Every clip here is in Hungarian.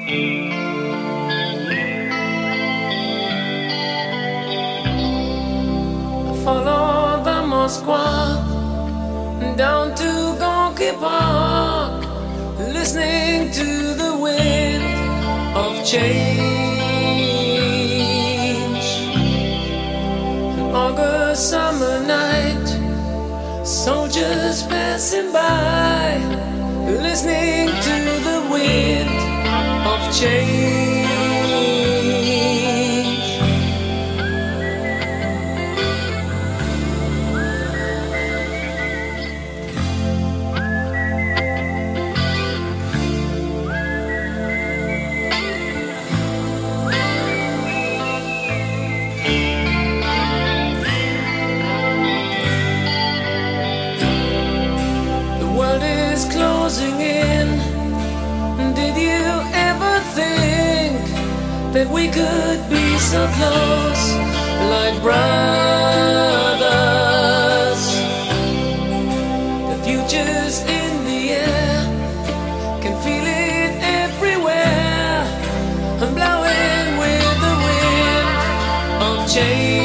Follow the Moskva down to Gorky Park, listening to the wind of change. An August summer night, soldiers passing by, listening to the wind of change. Closing in. Did you ever think that we could be so close, like brothers? The future's in the air, can feel it everywhere. I'm blowing with the wind of change.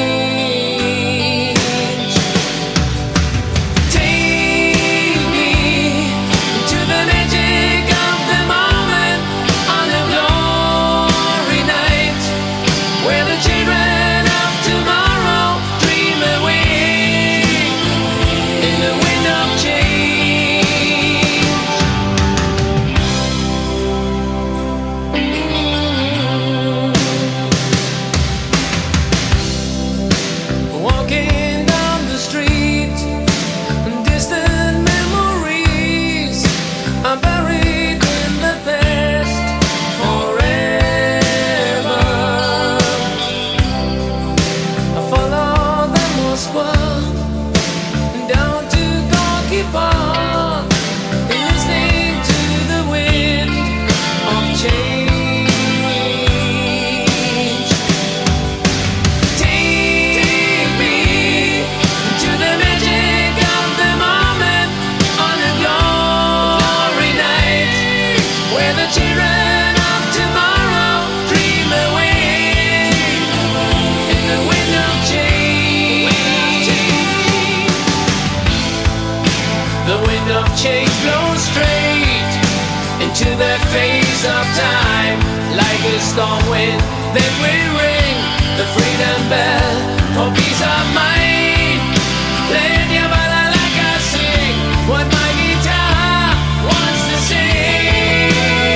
To the phase of time, like a storm wind, then we ring the freedom bell for peace of mind. Playing your balalaika, I sing what my guitar wants to sing.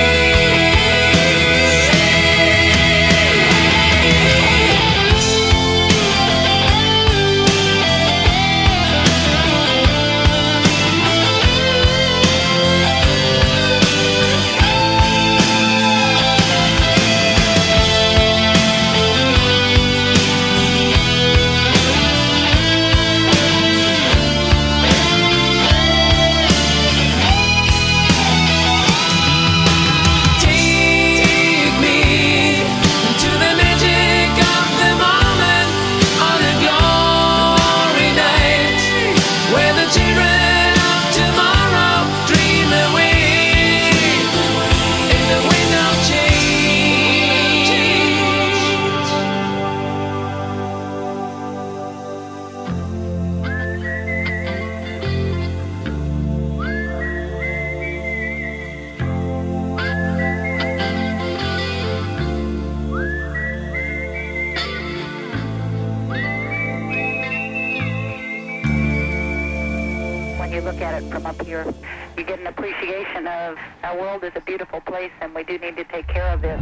You get an appreciation of our world is a beautiful place and we do need to take care of it.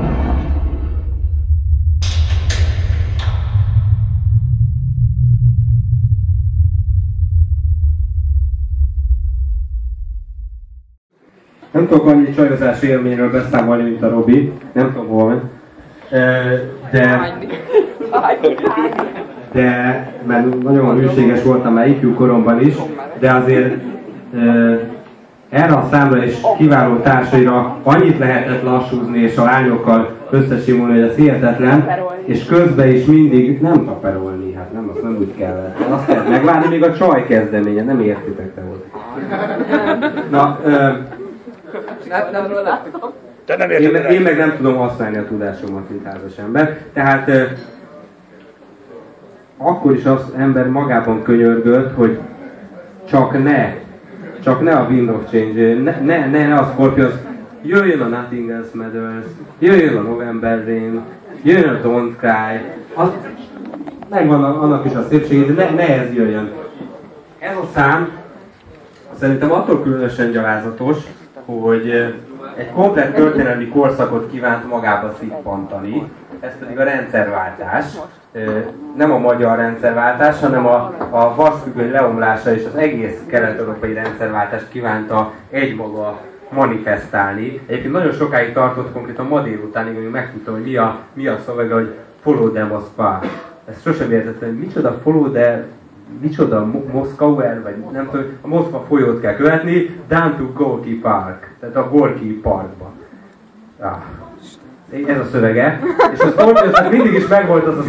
Nem tudok annyi csajozási élményről beszámolni, mint a Robi. Nem tudom hol van. De mert nagyon hűséges voltam már ifjú koromban is, de azért erre a számra és kiváló társaira annyit lehetett lassúzni és a lányokkal összesimulni, hogy ez hihetetlen, és közben is mindig nem taperolni, hát nem, azt nem úgy kellett. Azt lehet megvárni, még a csaj kezdeménye, nem értitek te volt. Na, Te nem érted, én meg nem tudom használni a tudásomat, mint házas ember. Tehát akkor is az ember magában könyörgött, hogy csak ne a Wind of Change, ne a Scorpions, jöjjön a Nothing Else Matters, jöjjön a November Rain, jöjjön a Don't Cry, megvan annak is a szépsége, de ne ez jöjjön. Ez a szám szerintem attól különösen gyalázatos, hogy egy komplett történelmi korszakot kívánt magába szippantani, ez pedig a rendszerváltás. Nem a magyar rendszerváltás, hanem a vasfüggöny leomlása és az egész kelet-európai rendszerváltást kívánta egymaga manifestálni. Egyébként nagyon sokáig tartott, konkrétan ma délutánig, hogy megtudtam, hogy mi a szövege, hogy follow the Moskva. Ezt sosem értettem, hogy micsoda follow the, micsoda Moszkauer, vagy nem tudom, a Moszkva folyót kell követni, down to Gorky Park, tehát a Gorky Parkba. Ez a szövege, és a Scorpionsnak mindig is megvolt az a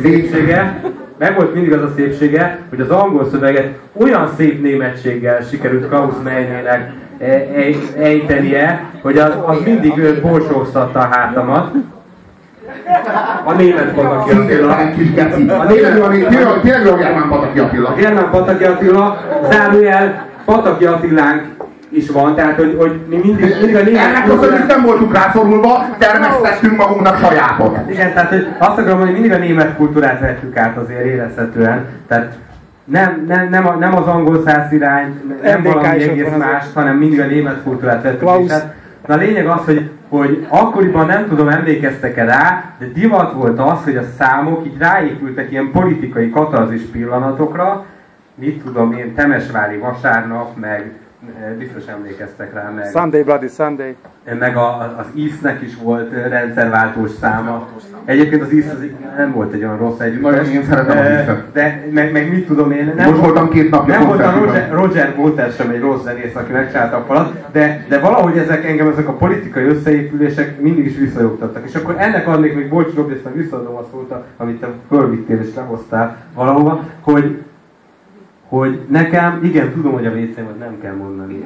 szépsége, hogy az angol szöveget olyan szép németséggel sikerült Klaus Meinének ejtenie, hogy az mindig borsóztatta a hátamat. A német Pataki Attila. Tényleg a Germán Pataki Attila. A Germán Pataki Attila, zárójel Pataki Attilánk is van, tehát hogy mi mindig a német... Ennek köszönjük, nem voltunk rászorulva, termesztettünk magunknak sajátot. Igen, tehát hogy azt akarom mondani, mindig a német kultúrát vettük át azért érezhetően, tehát nem az angol száz irány, nem valami egész más, hanem mindig a német kultúrát vettük át. Na a lényeg az, hogy akkoriban nem tudom, emlékeztek-e rá, de divat volt az, hogy a számok így ráépültek ilyen politikai katarzis pillanatokra, mit tudom én, Temesvári vasárnap, meg biztos emlékeztek rá, meg... Sunday, Bloody Sunday. Meg az ISZ-nek is volt rendszerváltós száma. Egyébként az ISZ nem volt egy olyan rossz együttes. Nagyon én szeretem az ISZ-et. De meg mit tudom én... Most voltam 2 napja nem volt a Roger Waters sem egy rossz zenész, aki megcsinálta a falat, de valahogy ezek a politikai összeépülések mindig is visszajogtattak. És akkor ennek adnék még, bocs Robi, ezt meg visszaadom a szót, amit te fölvittél és lehoztál valahova, hogy nekem, igen, tudom, hogy a WC-t nem kell mondani.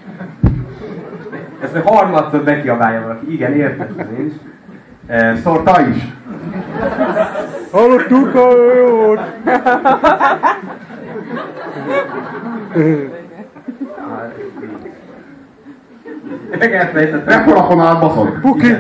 Ezt meg harmadszor bekiabálja valaki. Igen, értettem én is. Szórta is. Hallottuk a jót! Megelfejtettem. Reforakonál baszod. Puki!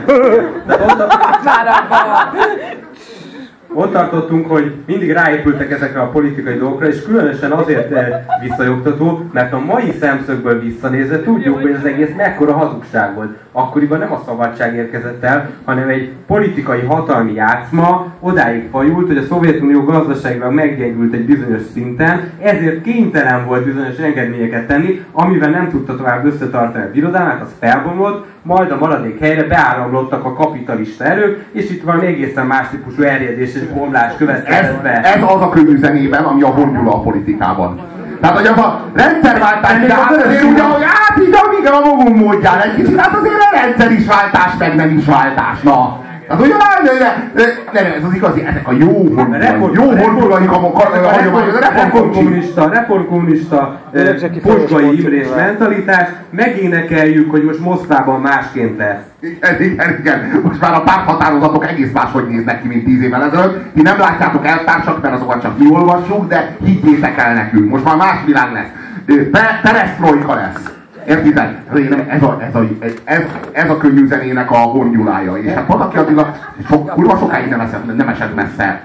Ott tartottunk, hogy mindig ráépültek ezekre a politikai dolgokra, és különösen azért visszajogtató, mert a mai szemszögből visszanézve tudjuk, hogy az egész mekkora hazugság volt. Akkoriban nem a szabadság érkezett el, hanem egy politikai hatalmi játszma odáig fajult, hogy a Szovjetunió gazdaságilag meggyengült egy bizonyos szinten, ezért kénytelen volt bizonyos engedményeket tenni, amivel nem tudta tovább összetartani a birodalmát, az felbomlott, majd a maradék helyre beáramlottak a kapitalista erők, és itt van egészen más típusú erjedés és bomlás következett be. Ez az a könnyű zenében, ami a hongyula a politikában. Tehát, hogy az a rendszerváltás, de hát azért ugye, hogy így amíg a magunk módján egy kicsit, hát azért a rendszer is váltás, meg nem is váltás, na. Tehát ugye, nem, ez az igazi, ezek a jó hongyulai hagyományok, reformkommunista, Pozsgai Imrés mentalitás, megénekeljük, hogy most Moszkvában másként lesz. Igen. Most már a párthatározatok egész máshogy néznek ki, mint 10 évvel ezelőtt. Ti nem látjátok eltársak, mert azokat csak mi olvassuk, de higgyétek el nekünk. Most már más világ lesz. Perestroika lesz. Értitek? Ez a könnyű zenének a hongyulája. És hát Pataki Attila kurva sokáig nem esett messze.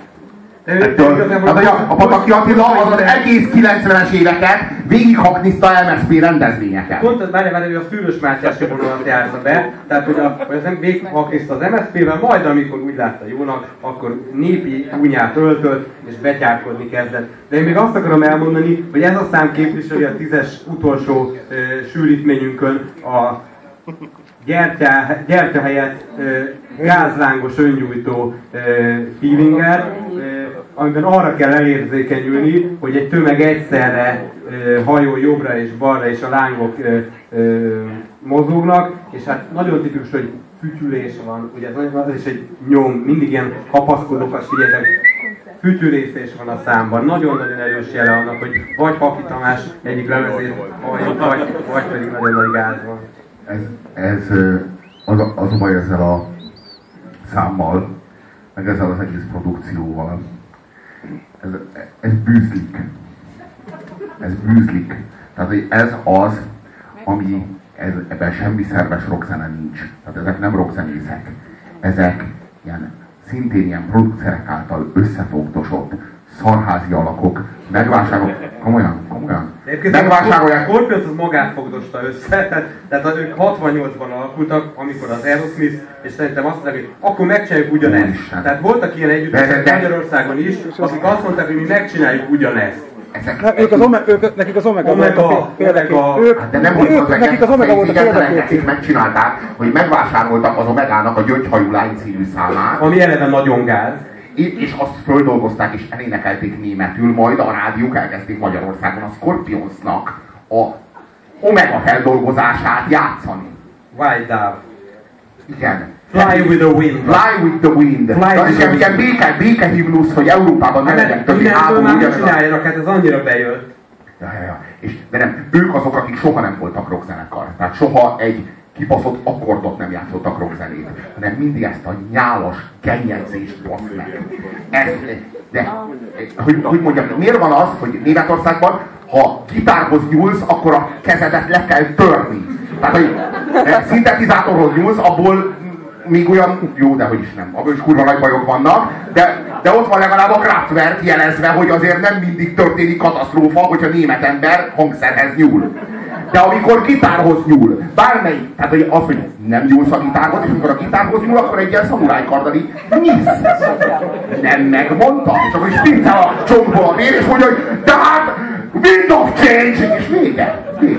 A Pataki Attila az egész 90-es éveket végighakniszta MSZP rendezvényeket. Pont várjál, hogy a Szűrös Mátyás vonalat járta be, tehát hogy az végighakniszta az MSZP-vel, majd amikor úgy látta jónak, akkor népi gúnyát öltött és betyárkodni kezdett. De én még azt akarom elmondani, hogy ez a szám képviseli a 10-es utolsó sűrítményünkön a gyertya helyett gázlángos öngyújtó feelinget, amiben arra kell elérzékenyülni, hogy egy tömeg egyszerre hajol jobbra és balra, és a lángok mozognak, és hát nagyon tipikus, hogy fütyülés van, ugye ez is egy nyom, mindig ilyen kapaszkodókat figyeljetek, fütyülészés van a számban, nagyon-nagyon erős jele annak, hogy vagy Paki Tamás egyik lemezét halljuk, vagy pedig nagyon nagy gáz van. az a baj ezzel a számmal, meg ezzel az egész produkcióval. Ez bűzlik. Ez bűzlik. Tehát, hogy ez az, ami ebben semmi szerves rockzene nincs. Tehát ezek nem rockzenészek. Ezek szintén ilyen producerek által összefogdosott szarházi alakok, komolyan. Megvásárolják. A Scorpions az magát fogdosta össze, tehát ők 68-ban alakultak, amikor az Aerosmith, és szerintem azt mondták, hogy akkor megcsináljuk ugyanezt. Tehát voltak ilyen együttesek Magyarországon is, akik azt mondták, hogy mi megcsináljuk ugyanezt. Nekik az Omega volt a példaképp. De nem nekik az Omega volt a példaképp. Megcsinálták, hogy megvásároltak az Omegának a Gyöngyhajú lány című számát. Ami eleve nagyon gáz. És azt földolgozták és elénekelték németül, majd a rádiók elkezdték Magyarországon a Scorpionsnak a Omega feldolgozását játszani. White Dove. Igen. Fly with the wind. Fly with the wind. Tehát is ilyen békehimnusz, hogy Európában ne legyen többi háború. Már nem csináljanak, hát ez annyira bejött. Ja. De nem, ők azok, akik soha nem voltak rockzenekar. Tehát soha egy kibaszott akkordot nem játszottak rockzenét, hanem mindig ezt a nyálas gennyedzést basz meg. De, hogy mondjam, miért van az, hogy Németországban, ha gitárhoz nyúlsz, akkor a kezedet le kell törni. Tehát, hogy szintetizátorhoz nyúlsz, abból még olyan, jó, de hogy is nem, abból is kurva nagy bajok vannak, de ott van legalább a Kraftwerk jelezve, hogy azért nem mindig történik katasztrófa, hogyha német ember hangszerhez nyúl. De amikor gitárhoz nyúl, bármelyik, tehát hogy az, hogy nem nyúlsz a gitárhoz, és amikor a gitárhoz nyúl, akkor egy ilyen szamurájkarddal így nyisz. Nem megmondta, és akkor is pincel a csonkból a vér, és mondja, hogy de hát, wind of change, és vége.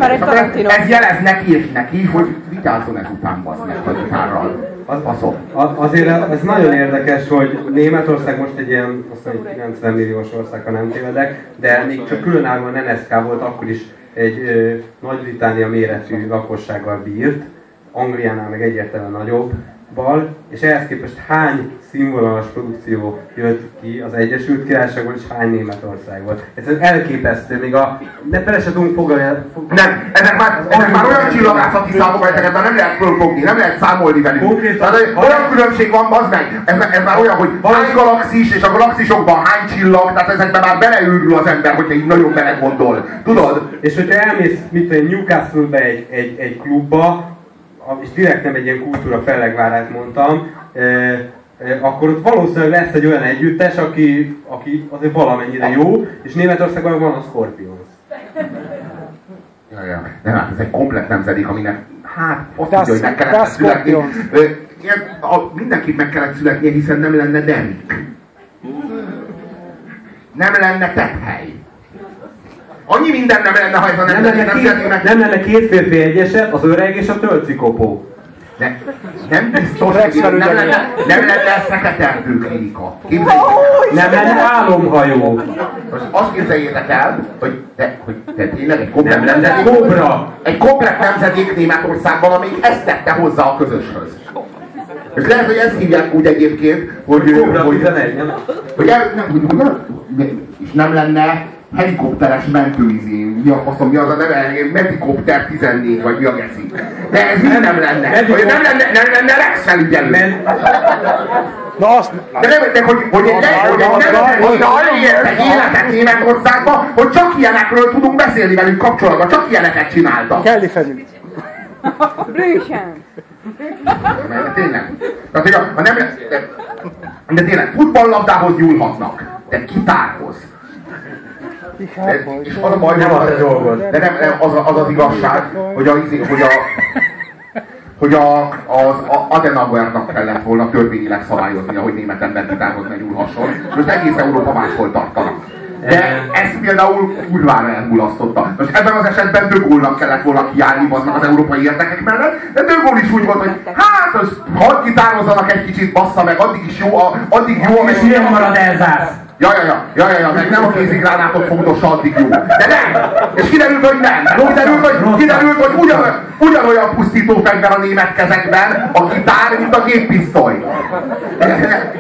Ez jelez neki és neki, hogy vigyázzon ezután basznek a gitárral. Azért ez nagyon érdekes, hogy Németország most egy ilyen, azt mondja, 90 milliós ország, ha nem tévedek, de még csak különállóan NSK volt, akkor is egy Nagy-Britannia méretű lakossággal bírt, Angliánál meg egyértelműen nagyobbal, és ehhez képest hány színvonalas produkció jött ki az Egyesült Királyságból, és hány Németországból. Ez elképesztő, még de bele se tudunk foglalni. Nem, ezek már olyan csillagászati számok, ezeket már nem lehet fölfogni, nem lehet számolni velük. Olyan különbség van, bazd meg, ez már olyan, hogy hány galaxis, és a galaxisokban hány csillag, tehát ezekben már beleőrül az ember, hogyha így nagyon belegondol. Tudod? És hogyha elmész, mint egy Newcastle-be egy klubba, és direkt nem egy ilyen kultúra fellegvárát mondtam, akkor ott valószínűleg lesz egy olyan együttes, aki azért valamennyire jó, és Németországban van a Scorpions. Ja. De hát ez egy komplett nemzedék, aminek azt tudja, hogy meg kellett születni. Mindenképp meg kellett születnie, hiszen nem lenne Derrick. Nem lenne tetthely. Annyi minden nem lenne, ha ez a nem lenne két férfi egyeset, az öreg és a tölcikopó. Nem biztos, hogy nem lenne Fekete-erdő klinika. Nem lenne álomhajó. Most azt képzeljétek el, hogy tényleg egy komplett nemzedék Németországban, amelyik ezt tette hozzá a közöshöz. És lehet, hogy ezt hívják úgy egyébként, hogy nem lenne helikopteres mentőizé, mi a faszom, mi az a neve, Medikopter 14, vagy mi a geszi. De ez mind nem lenne. Nem lenne Rex felügyelő. Na azt... De hogy egy életet Németországban, hogy csak ilyenekről tudunk beszélni velünk kapcsolatban, csak ilyeneket csináltak. Kelly Fenny. Brüchen. Tényleg. De tényleg, futballlabdához nyúlhatnak, de gitárhoz. És az a baj, de nem, az igazság, hogy az Adenauernak kellett volna törvényileg szabályozni, hogy német ember gitárhoz ne nyúlhasson. Most egész Európa máshol tartanak. De ezt például kurvára elmulasztotta. Most ebben az esetben De Gaulle-nak kellett volna kiállni az európai érdekek mellett, de De Gaulle is úgy volt, hogy hát, hadd gitározzanak egy kicsit, bassza meg, addig is jó, ameddig ilyen marad elzász. Ja, meg nem a kézigránátot fogdossa, addig jó. De nem! És kiderült, hogy nem. Kiderült, hogy ugyanolyan pusztító fegyver a német kezekben a gitár, mint a géppisztoly.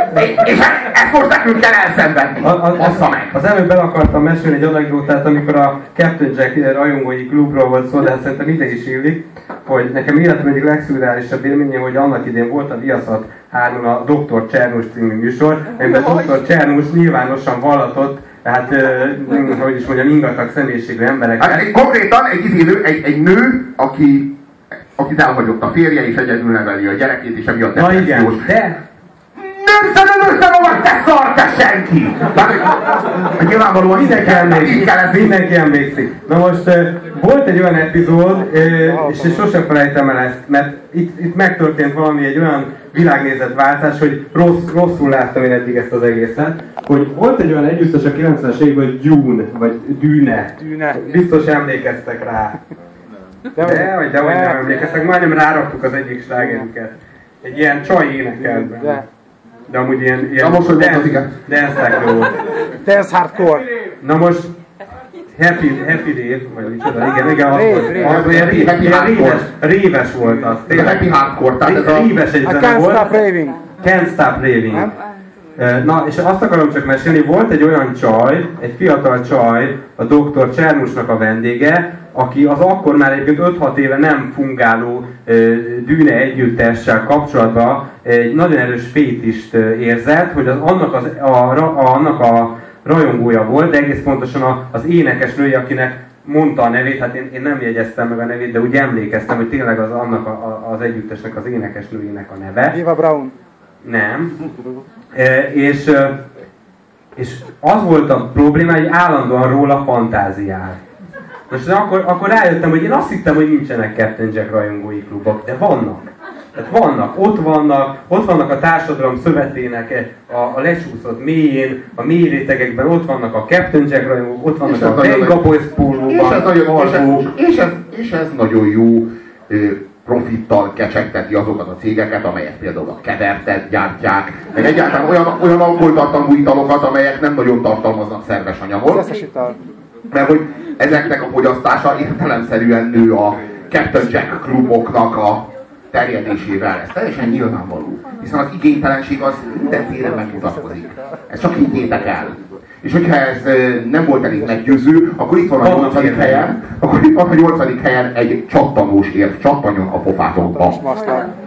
És ezt most nekünk kell elszenvedni. Bassza meg. Az előbb el akartam mesélni egy anekdótát, amikor a Captain Jack rajongói klubról volt szó, de hát szerintem ide is illik, hogy nekem életem egyik legszürreálisabb élménye, hogy annak idén volt a Viaszat 3-on a Dr. Csernus című műsor, amiben Dr. Csernus nyilvánosan vallatott, hát, hogy is mondjam, ingatag személyiségű emberek. Hát, konkrétan egy nő, akit elhagyott a férje, és egyedül neveli a gyerekét, és emiatt depressziós. Igen, de... Nem összerolvad, te szar, te senki! Nyilvánvalóan mindenki emlékszik. Na most volt egy olyan epizód, és sosem felejtem el ezt, mert itt megtörtént valami, egy olyan világnézetváltás, hogy rosszul láttam én eddig ezt az egészet, hogy volt egy olyan együttes a 90-es években, Dune, vagy Dűne. Biztos emlékeztek rá. Dehogy nem emlékeztek, majdnem ráraktuk az egyik slágerünket. Egy ilyen csaj énekelben. De amúgy ilyen dance volt. Dance hardcore. Na most Happy Dave, vagy micsoda, igen, az volt. Ilyen réves volt az. Happy hardcore, tehát ez a... Réves egy zene Can't volt. Stop Raving. Can't Stop Raving. Na, és azt akarom csak mesélni, volt egy olyan csaj, egy fiatal csaj, a Dr. Csernusnak a vendége, aki az akkor már egyébként 5-6 éve nem fungáló Dűne együttessel kapcsolatban egy nagyon erős fétist érzett, hogy annak a rajongója volt, de egész pontosan az énekesnője, akinek mondta a nevét, hát én nem jegyeztem meg a nevét, de úgy emlékeztem, hogy tényleg annak az együttesnek az énekesnőjének a neve. Eva Braun. Nem. És az volt a probléma, hogy állandóan róla fantáziál. Most akkor rájöttem, hogy én azt hittem, hogy nincsenek Captain Jack rajongói klubok, de vannak. Tehát ott vannak a társadalom szövetének a lecsúszott mélyén, a mély rétegekben, ott vannak a Captain Jack rajongók, ott vannak a Venga Boys pólóban. És ez nagyon jó profittal kecsegteti azokat a cégeket, amelyek például a kevertet gyártják, meg egyáltalán olyan alkoholtartalmú italokat, amelyek nem nagyon tartalmaznak szerves anyagot. Mert hogy ezeknek a fogyasztása értelemszerűen nő a Captain Jack kluboknak a terjedésével. Ez teljesen nyilvánvaló. Hiszen az igénytelenség az minden téren megmutatkozik. Ezt csak higgyétek el. És hogyha ez nem volt elég meggyőző, akkor itt van a 8. helyen, egy csattanós érv, csattanjon a pofátokba.